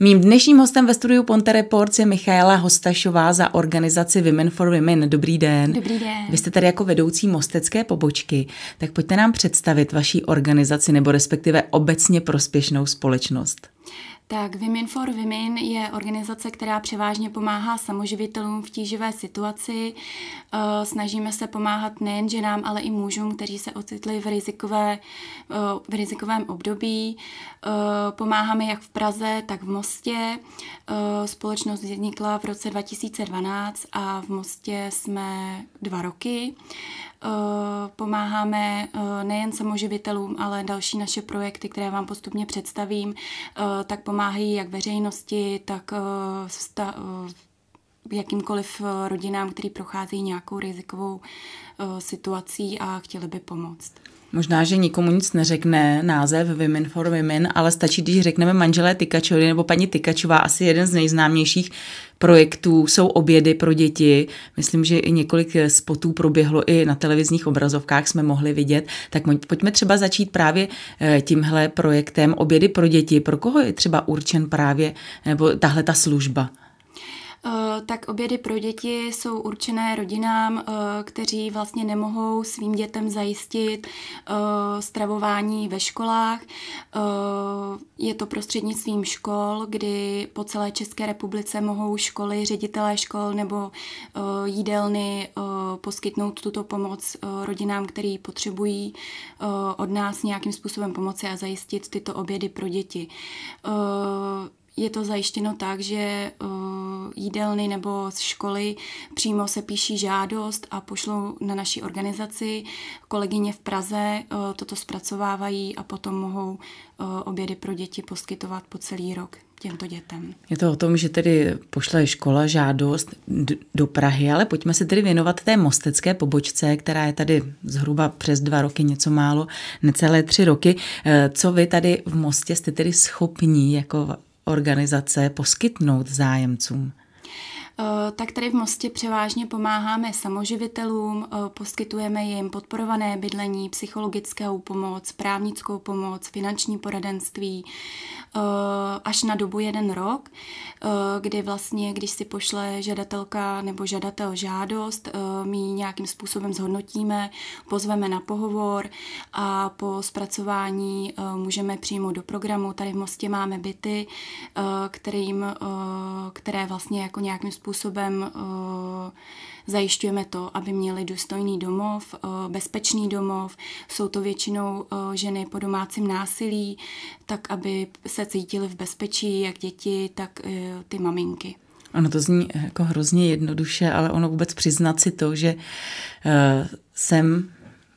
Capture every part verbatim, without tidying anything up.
Mým dnešním hostem ve studiu Ponte Reports je Michaela Hostašová za organizaci Women for Women. Dobrý den. Dobrý den. Vy jste tady jako vedoucí mostecké pobočky, tak pojďte nám představit vaší organizaci nebo respektive obecně prospěšnou společnost. Tak Women for Women je organizace, která převážně pomáhá samoživitelům v tíživé situaci. Snažíme se pomáhat nejen ženám, ale i mužům, kteří se ocitli v, rizikové, v rizikovém období. Pomáháme jak v Praze, tak v Mostě. Společnost vznikla v roce dva tisíce dvanáct a v Mostě jsme dva roky. Pomáháme nejen samoživitelům, ale další naše projekty, které vám postupně představím, tak pomáhají jak veřejnosti, tak vsta- jakýmkoliv rodinám, který procházejí nějakou rizikovou situací a chtěli by pomoct. Možná, že nikomu nic neřekne název Women for Women, ale stačí, když řekneme manželé Tykačovi nebo paní Tykačová, asi jeden z nejznámějších projektů jsou obědy pro děti. Myslím, že i několik spotů proběhlo i na televizních obrazovkách, jsme mohli vidět. Tak pojďme třeba začít právě tímhle projektem obědy pro děti. Pro koho je třeba určen právě nebo tahle ta služba? Tak obědy pro děti jsou určené rodinám, kteří vlastně nemohou svým dětem zajistit stravování ve školách. Je to prostřednictvím škol, kdy po celé České republice mohou školy, ředitelé škol nebo jídelny poskytnout tuto pomoc rodinám, který potřebují od nás nějakým způsobem pomoci a zajistit tyto obědy pro děti. Je to zajištěno tak, že uh, jídelny nebo z školy přímo se píší žádost a pošlou na naší organizaci. Kolegyně v Praze uh, toto zpracovávají a potom mohou uh, obědy pro děti poskytovat po celý rok těmto dětem. Je to o tom, že tedy pošle škola žádost do Prahy, ale pojďme se tedy věnovat té mostecké pobočce, která je tady zhruba přes dva roky, něco málo, necelé tři roky. Co vy tady v Mostě jste tedy schopní jako organizace poskytnout zájemcům? Tak tady v Mostě převážně pomáháme samoživitelům, poskytujeme jim podporované bydlení, psychologickou pomoc, právnickou pomoc, finanční poradenství až na dobu jeden rok, kdy vlastně, když si pošle žadatelka nebo žadatel žádost, my ji nějakým způsobem zhodnotíme, pozveme na pohovor a po zpracování můžeme přijmout do programu. Tady v Mostě máme byty, kterým, které vlastně jako nějakým způsobem zajišťujeme to, aby měli důstojný domov, bezpečný domov. Jsou to většinou ženy po domácím násilí, tak aby se cítily v bezpečí, jak děti, tak ty maminky. Ono to zní jako hrozně jednoduše, ale ono vůbec přiznat si to, že uh, jsem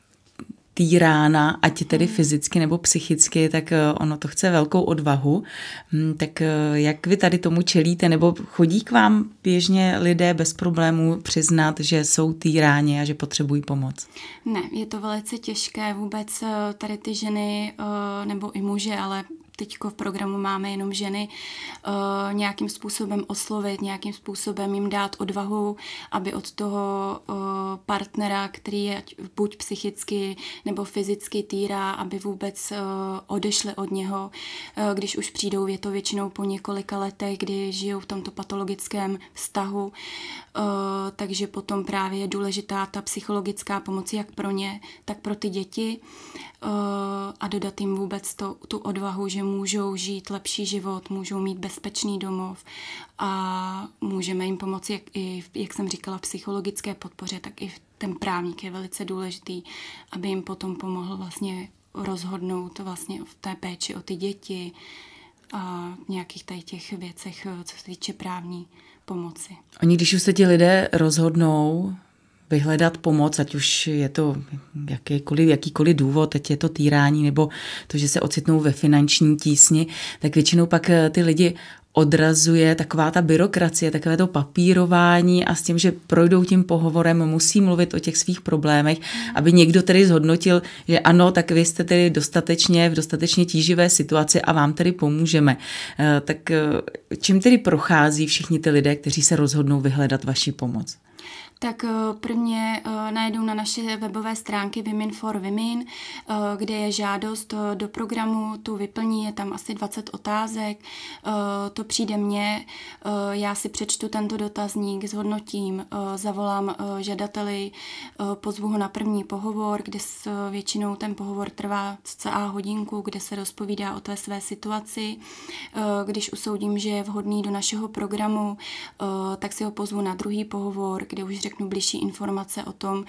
týrána, ať tedy fyzicky nebo psychicky, tak ono to chce velkou odvahu. Tak jak vy tady tomu čelíte, nebo chodí k vám běžně lidé bez problémů přiznat, že jsou týráni a že potřebují pomoc? Ne, je to velice těžké vůbec tady ty ženy, nebo i muže, ale teďko v programu máme jenom ženy, uh, nějakým způsobem oslovit, nějakým způsobem jim dát odvahu, aby od toho uh, partnera, který je buď psychicky nebo fyzicky týrá, aby vůbec uh, odešli od něho. Uh, když už přijdou, je to většinou po několika letech, kdy žijou v tomto patologickém vztahu, uh, takže potom právě je důležitá ta psychologická pomoc jak pro ně, tak pro ty děti uh, a dodat jim vůbec to, tu odvahu, že můžou žít lepší život, můžou mít bezpečný domov a můžeme jim pomoci, jak, i, jak jsem říkala, v psychologické podpoře, tak i ten právník je velice důležitý, aby jim potom pomohl vlastně rozhodnout vlastně v té péči o ty děti a nějakých tady těch věcech, co se týče právní pomoci. Oni, když už se ti lidé rozhodnou vyhledat pomoc, ať už je to jakýkoliv, jakýkoliv důvod, teď je to týrání nebo to, že se ocitnou ve finanční tísni, tak většinou pak ty lidi odrazuje taková ta byrokracie, takové to papírování a s tím, že projdou tím pohovorem, musí mluvit o těch svých problémech, aby někdo tedy zhodnotil, že ano, tak vy jste tedy dostatečně v dostatečně tíživé situaci a vám tedy pomůžeme. Tak čím tedy prochází všichni ty lidé, kteří se rozhodnou vyhledat vaši pomoc? Tak prvně najdou na naše webové stránky Women for Women, kde je žádost do programu, tu vyplní, je tam asi dvacet otázek, to přijde mně, já si přečtu tento dotazník, zhodnotím, zavolám žadateli, pozvu ho na první pohovor, kde většinou ten pohovor trvá cca hodinku, kde se rozpovídá o té své situaci. Když usoudím, že je vhodný do našeho programu, tak si ho pozvu na druhý pohovor, kde už řeknu bližší informace o tom,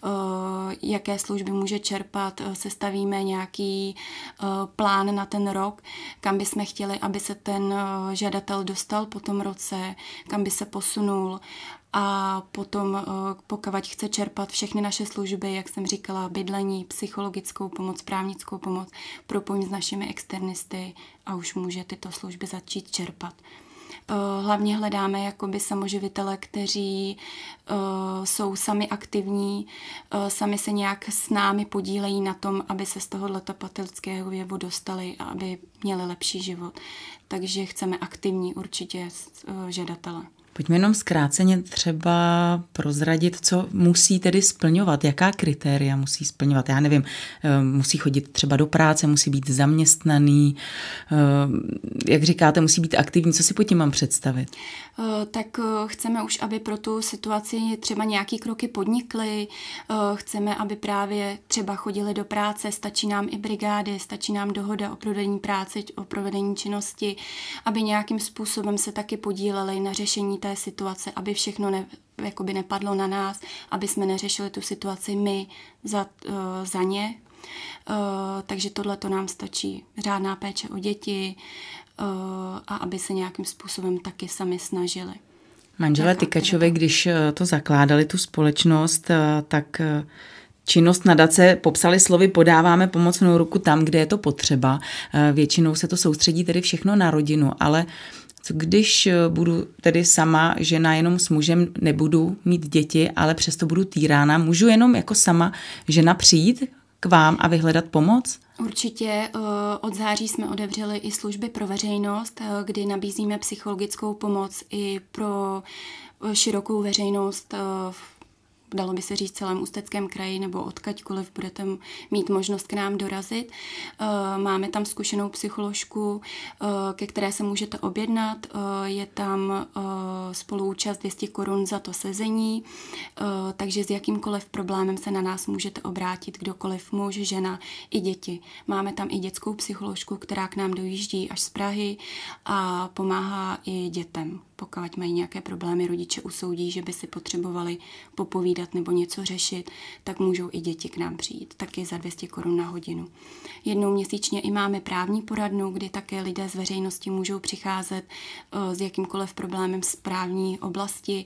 jaké služby může čerpat, sestavíme nějaký plán na ten rok, kam bychom chtěli, aby se ten žadatel dostal po tom roce, kam by se posunul. A potom, pokud chce čerpat všechny naše služby, jak jsem říkala, bydlení, psychologickou pomoc, právnickou pomoc, propojím s našimi externisty a už může tyto služby začít čerpat. Hlavně hledáme jakoby samoživitele, kteří uh, jsou sami aktivní, uh, sami se nějak s námi podílejí na tom, aby se z tohoto patologického jevu dostali a aby měli lepší život. Takže chceme aktivní určitě uh, žadatele. Pojďme jenom zkráceně třeba prozradit, co musí tedy splňovat, jaká kritéria musí splňovat. Já nevím, musí chodit třeba do práce, musí být zaměstnaný, jak říkáte, musí být aktivní. Co si pod tím mám představit? Tak chceme už, aby pro tu situaci třeba nějaký kroky podnikly, chceme, aby právě třeba chodili do práce, stačí nám i brigády, stačí nám dohoda o provedení práce, o provedení činnosti, aby nějakým způsobem se taky podíleli na řešení té situace, aby všechno ne, jakoby nepadlo na nás, aby jsme neřešili tu situaci my za, uh, za ně. Uh, takže tohle to nám stačí. Řádná péče o děti uh, a aby se nějakým způsobem taky sami snažili. Manželé Tykačovi, když to zakládali, tu společnost, tak činnost nadace popsali slovy podáváme pomocnou ruku tam, kde je to potřeba. Většinou se to soustředí tedy všechno na rodinu, ale co když budu tedy sama žena jenom s mužem, nebudu mít děti, ale přesto budu týrána, můžu jenom jako sama žena přijít k vám a vyhledat pomoc? Určitě. Od září jsme otevřeli i služby pro veřejnost, kdy nabízíme psychologickou pomoc i pro širokou veřejnost v dalo by se říct celém Ústeckém kraji nebo odkaďkoliv budete mít možnost k nám dorazit. Máme tam zkušenou psycholožku, ke které se můžete objednat. Je tam spoluúčast dvě stě korun za to sezení, takže s jakýmkoliv problémem se na nás můžete obrátit kdokoliv, muž, žena i děti. Máme tam i dětskou psycholožku, která k nám dojíždí až z Prahy a pomáhá i dětem. Pokud mají nějaké problémy, rodiče usoudí, že by si potřebovali popovídat nebo něco řešit, tak můžou i děti k nám přijít, taky za dvě stě korun na hodinu. Jednou měsíčně i máme právní poradnu, kdy také lidé z veřejnosti můžou přicházet uh, s jakýmkoliv problémem z právní oblasti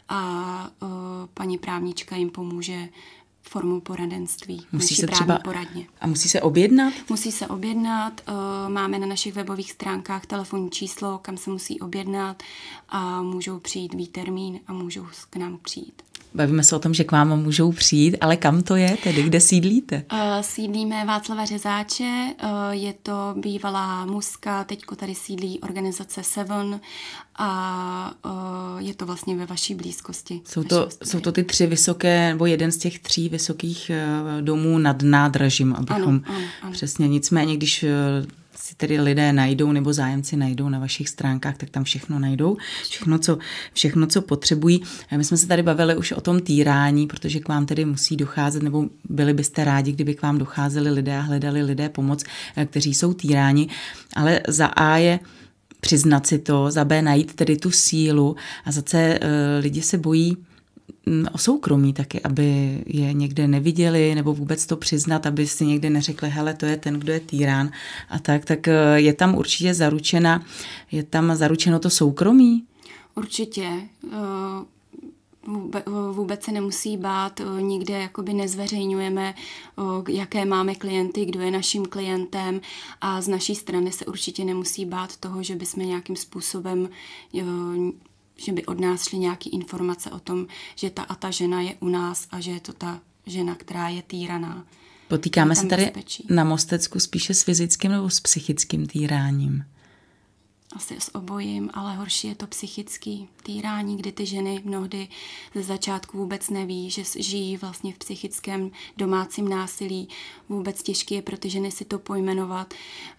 a uh, paní právnička jim pomůže formou poradenství. Musí se třeba poradně. A musí se objednat? Musí se objednat. Máme na našich webových stránkách telefonní číslo, kam se musí objednat a můžou přijít ví termín a můžou k nám přijít. Bavíme se o tom, že k vám můžou přijít, ale kam to je tedy? Kde sídlíte? Uh, sídlíme Václava Řezáče, uh, je to bývalá Muska, teďko tady sídlí organizace Seven a uh, je to vlastně ve vaší blízkosti. Jsou to, jsou to ty tři vysoké, nebo jeden z těch tří vysokých uh, domů nad nádražím, abychom ano, ano, ano. Přesně. Nicméně, když uh, si tedy lidé najdou nebo zájemci najdou na vašich stránkách, tak tam všechno najdou, všechno co, všechno, co potřebují. My jsme se tady bavili už o tom týrání, protože k vám tedy musí docházet, nebo byli byste rádi, kdyby k vám docházeli lidé a hledali lidé pomoc, kteří jsou týráni, ale za A je přiznat si to, za B najít tedy tu sílu a za C lidi se bojí o soukromí taky, aby je někde neviděli nebo vůbec to přiznat, aby si někde neřekli, hele, to je ten, kdo je týrán a tak, tak je tam určitě zaručena, je tam zaručeno to soukromí? Určitě. Vůbec se nemusí bát, nikde jakoby nezveřejňujeme, jaké máme klienty, kdo je naším klientem a z naší strany se určitě nemusí bát toho, že bychom nějakým způsobem že by od nás šly nějaké informace o tom, že ta a ta žena je u nás a že je to ta žena, která je týraná. Potýkáme se tady bezpečí. Na Mostecku spíše s fyzickým nebo s psychickým týráním? asi s obojím, ale horší je to psychický týrání, kdy ty ženy mnohdy ze začátku vůbec neví, že žijí vlastně v psychickém domácím násilí. Vůbec těžké je pro ty ženy si to pojmenovat.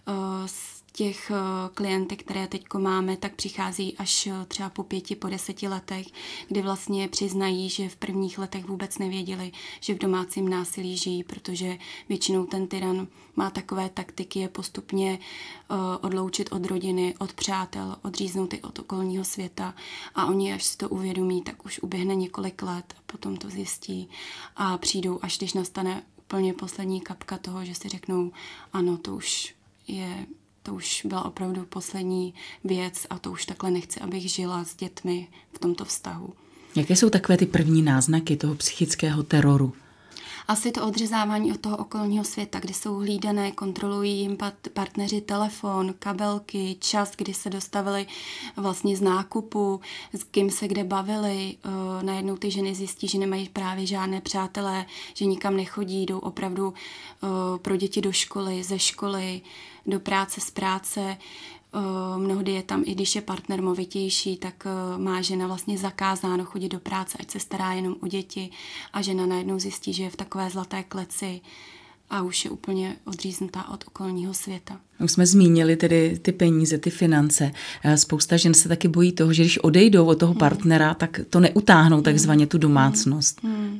Z těch klientek, které teď máme, tak přichází až třeba po pěti, po deseti letech, kdy vlastně přiznají, že v prvních letech vůbec nevěděli, že v domácím násilí žijí, protože většinou ten tyran má takové taktiky, je postupně odloučit od rodiny, od přátel, odříznout i od okolního světa a oni, až si to uvědomí, tak už uběhne několik let a potom to zjistí a přijdou, až když nastane úplně poslední kapka toho, že si řeknou, ano, to už je To už byla opravdu poslední věc a to už takhle nechci, abych žila s dětmi v tomto vztahu. Jaké jsou takové ty první náznaky toho psychického teroru? Asi to odřezávání od toho okolního světa, kdy jsou hlídané, kontrolují jim partneři telefon, kabelky, čas, kdy se dostavili vlastně z nákupu, s kým se kde bavili. Najednou ty ženy zjistí, že nemají právě žádné přátelé, že nikam nechodí, jdou opravdu pro děti do školy, ze školy, do práce, z práce. Mnohdy je tam, i když je partner movitější, tak má žena vlastně zakázáno chodit do práce, ať se stará jenom o děti a žena najednou zjistí, že je v takové zlaté kleci a už je úplně odříznutá od okolního světa. Už jsme zmínili tedy ty peníze, ty finance. Spousta žen se taky bojí toho, že když odejdou od toho partnera, hmm. tak to neutáhnou takzvaně tu domácnost. Hmm. Hmm.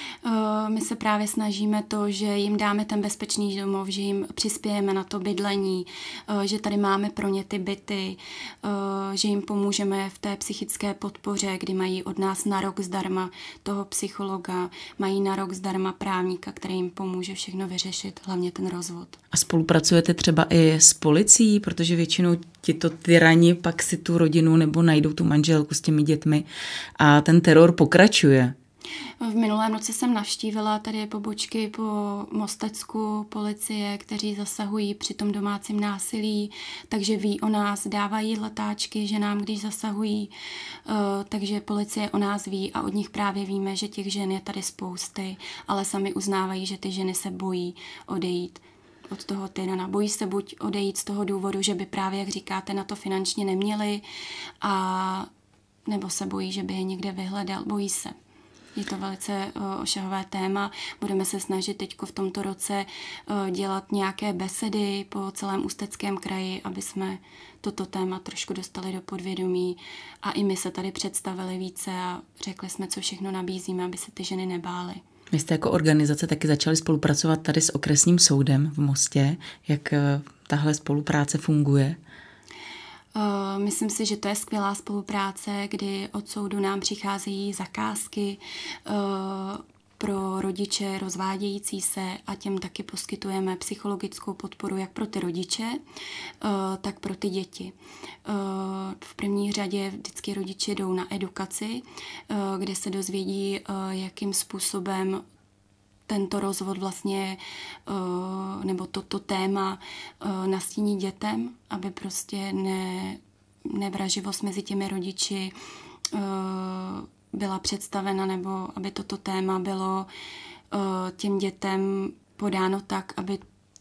My se právě snažíme to, že jim dáme ten bezpečný domov, že jim přispějeme na to bydlení, že tady máme pro ně ty byty, že jim pomůžeme v té psychické podpoře, kdy mají od nás na rok zdarma toho psychologa, mají na rok zdarma právníka, který jim pomůže všechno vyřešit, hlavně ten rozvod. A spolupracujete třeba i s policií, protože většinou tito tyrani pak si tu rodinu nebo najdou tu manželku s těmi dětmi a ten teror pokračuje. V minulém roce jsem navštívila tady pobočky po Mostecku policie, kteří zasahují při tom domácím násilí, takže ví o nás, dávají letáčky ženám, když zasahují, takže policie o nás ví a od nich právě víme, že těch žen je tady spousty, ale sami uznávají, že ty ženy se bojí odejít od toho tyrana. Bojí se buď odejít z toho důvodu, že by právě, jak říkáte, na to finančně neměli, a nebo se bojí, že by je někde vyhledal. Bojí se. Je to velice uh, ošahavé téma. Budeme se snažit teď v tomto roce uh, dělat nějaké besedy po celém Ústeckém kraji, aby jsme toto téma trošku dostali do podvědomí a i my se tady představili více a řekli jsme, co všechno nabízíme, aby se ty ženy nebály. Vy jste jako organizace taky začali spolupracovat tady s okresním soudem v Mostě. Jak tahle spolupráce funguje? Uh, myslím si, že to je skvělá spolupráce, kdy od soudu nám přicházejí zakázky uh, pro rodiče rozvádějící se a těm taky poskytujeme psychologickou podporu jak pro ty rodiče, uh, tak pro ty děti. Uh, v první řadě vždycky rodiče jdou na edukaci, uh, kde se dozvědí, uh, jakým způsobem tento rozvod vlastně, nebo toto téma nastíní dětem, aby prostě ne, nevraživost mezi těmi rodiči byla představena, nebo aby toto téma bylo těm dětem podáno tak, aby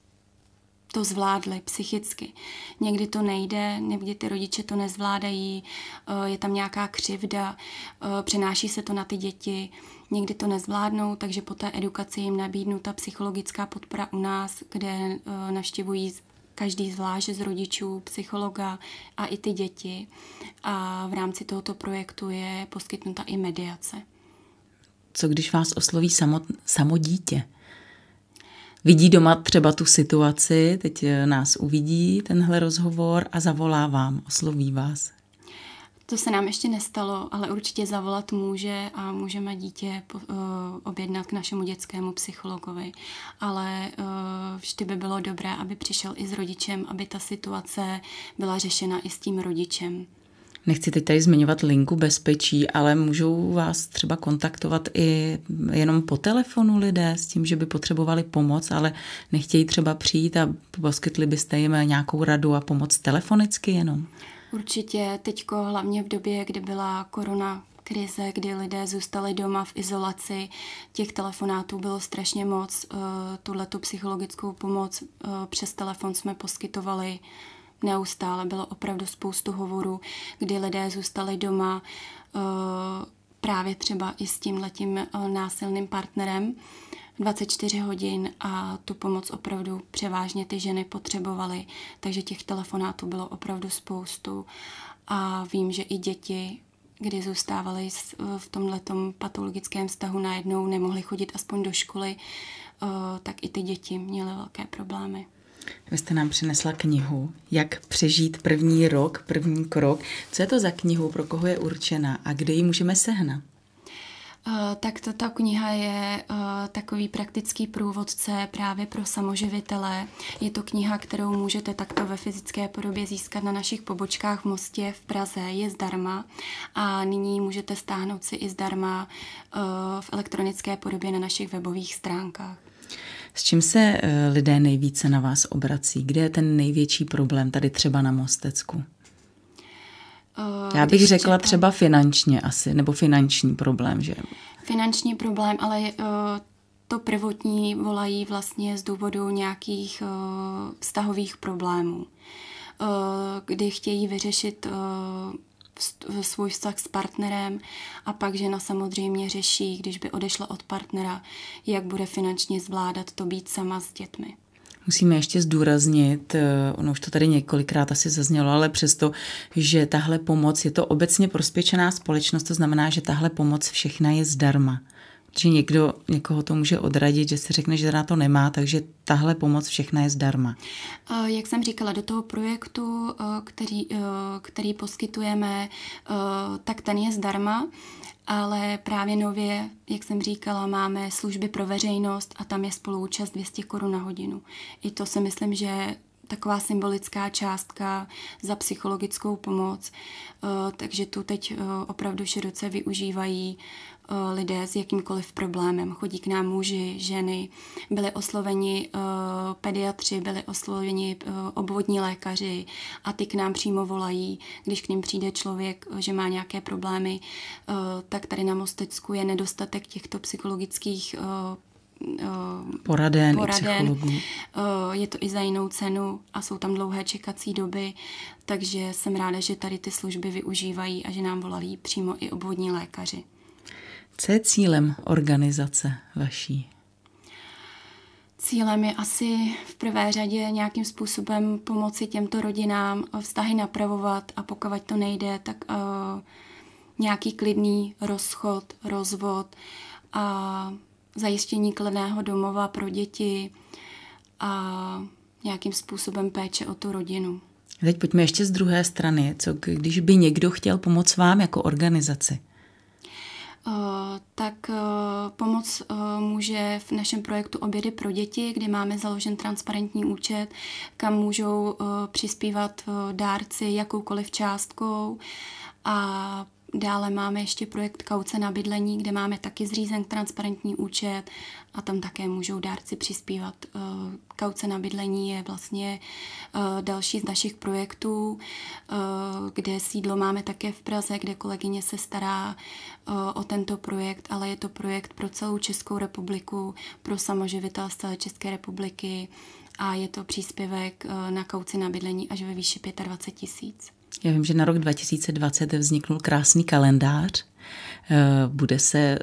to zvládli psychicky. Někdy to nejde, někdy ty rodiče to nezvládají, je tam nějaká křivda, přenáší se to na ty děti, někdy to nezvládnou, takže po té edukaci jim nabídnu ta psychologická podpora u nás, kde navštěvují každý zvlášť z rodičů, psychologa a i ty děti. A v rámci tohoto projektu je poskytnuta i mediace. Co když vás osloví samo, samo dítě? Vidí doma třeba tu situaci, teď nás uvidí tenhle rozhovor a zavolá vám, osloví vás. To se nám ještě nestalo, ale určitě zavolat může a můžeme dítě objednat k našemu dětskému psychologovi. Ale vždy by bylo dobré, aby přišel i s rodičem, aby ta situace byla řešena i s tím rodičem. Nechci teď tady zmiňovat linku bezpečí, ale můžou vás třeba kontaktovat i jenom po telefonu lidé s tím, že by potřebovali pomoc, ale nechtějí třeba přijít a poskytli byste jim nějakou radu a pomoc telefonicky jenom? Určitě, teďko hlavně v době, kdy byla korona krize, kdy lidé zůstali doma v izolaci, těch telefonátů bylo strašně moc. Tuhletu psychologickou pomoc přes telefon jsme poskytovali neustále. Bylo opravdu spoustu hovorů, kdy lidé zůstali doma právě třeba i s tímhletím násilným partnerem dvacet čtyři hodin a tu pomoc opravdu převážně ty ženy potřebovaly, takže těch telefonátů bylo opravdu spoustu a vím, že i děti, kdy zůstávaly v tomhletom patologickém vztahu najednou, nemohly chodit aspoň do školy, tak i ty děti měly velké problémy. Vy jste nám přinesla knihu Jak přežít první rok, první krok. Co je to za knihu, pro koho je určena a kde ji můžeme sehnat? Uh, tak tato kniha je uh, takový praktický průvodce právě pro samoživitele. Je to kniha, kterou můžete takto ve fyzické podobě získat na našich pobočkách v Mostě, v Praze, je zdarma a nyní můžete stáhnout si i zdarma uh, v elektronické podobě na našich webových stránkách. S čím se lidé nejvíce na vás obrací? Kde je ten největší problém tady třeba na Mostecku? Já bych řekla čekám. třeba finančně asi, nebo finanční problém, že? Finanční problém, ale to prvotní volají vlastně z důvodu nějakých vztahových problémů, kdy chtějí vyřešit svůj vztah s partnerem a pak žena samozřejmě řeší, když by odešla od partnera, jak bude finančně zvládat to být sama s dětmi. Musíme ještě zdůraznit, ono už to tady několikrát asi zaznělo, ale přesto, že tahle pomoc je to obecně prospěšená společnost, to znamená, že tahle pomoc všechna je zdarma. Že někdo, někoho to může odradit, že si řekne, že na to nemá, takže tahle pomoc všechna je zdarma. Jak jsem říkala, do toho projektu, který, který poskytujeme, tak ten je zdarma, ale právě nově, jak jsem říkala, máme služby pro veřejnost a tam je spoluúčast dvě stě korun na hodinu. I to si myslím, že taková symbolická částka za psychologickou pomoc, takže tu teď opravdu široce využívají lidé s jakýmkoliv problémem. Chodí k nám muži, ženy, byli osloveni pediatři, byli osloveni obvodní lékaři a ty k nám přímo volají, když k ním přijde člověk, že má nějaké problémy, tak tady na Mostecku je nedostatek těchto psychologických poraden, poraden. i psychologů. Je to i za jinou cenu a jsou tam dlouhé čekací doby, takže jsem ráda, že tady ty služby využívají a že nám volali přímo i obvodní lékaři. Co je cílem organizace vaší? Cílem je asi v prvé řadě nějakým způsobem pomoci těmto rodinám vztahy napravovat a pokud to nejde, tak uh, nějaký klidný rozchod, rozvod a zajištění klidného domova pro děti a nějakým způsobem péče o tu rodinu. Teď pojďme ještě z druhé strany. Co když by někdo chtěl pomoct vám jako organizaci? Uh, tak uh, pomoc uh, může v našem projektu Obědy pro děti, kde máme založen transparentní účet, kam můžou uh, přispívat uh, dárci jakoukoliv částkou a dále máme ještě projekt Kauce na bydlení, kde máme taky zřízen transparentní účet a tam také můžou dárci přispívat. Kauce na bydlení je vlastně další z našich projektů, kde sídlo máme také v Praze, kde kolegyně se stará o tento projekt, ale je to projekt pro celou Českou republiku, pro samoživitel z celé České republiky a je to příspěvek na kauci na bydlení až ve výši dvacet pět tisíc. Já vím, že na rok dva tisíce dvacet vzniknul krásný kalendář. Bude se,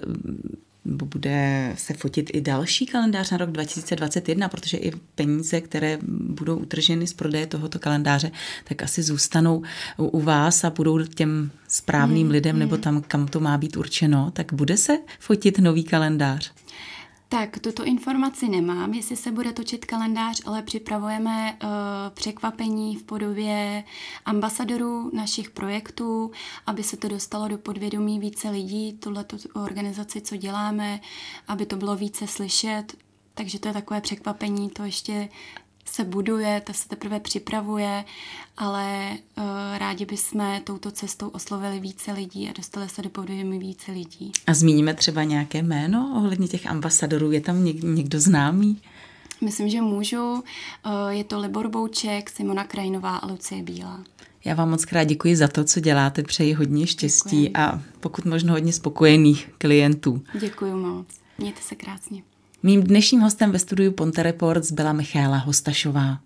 bude se fotit i další kalendář na rok dva tisíce dvacet jedna, protože i peníze, které budou utrženy z prodeje tohoto kalendáře, tak asi zůstanou u vás a budou těm správným hmm, lidem, hmm. nebo tam, kam to má být určeno. Tak bude se fotit nový kalendář? Tak, tuto informaci nemám, jestli se bude točit kalendář, ale připravujeme uh, překvapení v podobě ambasadorů našich projektů, aby se to dostalo do podvědomí více lidí, tuhleto organizaci, co děláme, aby to bylo více slyšet, takže to je takové překvapení, to ještě se buduje, to se teprve připravuje, ale uh, rádi bychom touto cestou oslovili více lidí a dostali se do podvědomí více lidí. A zmíníme třeba nějaké jméno ohledně těch ambasadorů? Je tam něk- někdo známý? Myslím, že můžu. Uh, je to Libor Bouček, Simona Krajinová a Lucie Bílá. Já vám moc krát děkuji za to, co děláte, přeji hodně štěstí Děkuji. A pokud možno hodně spokojených klientů. Děkuji moc. Mějte se krásně. Mým dnešním hostem ve studiu Ponte Reports byla Michaela Hostašová.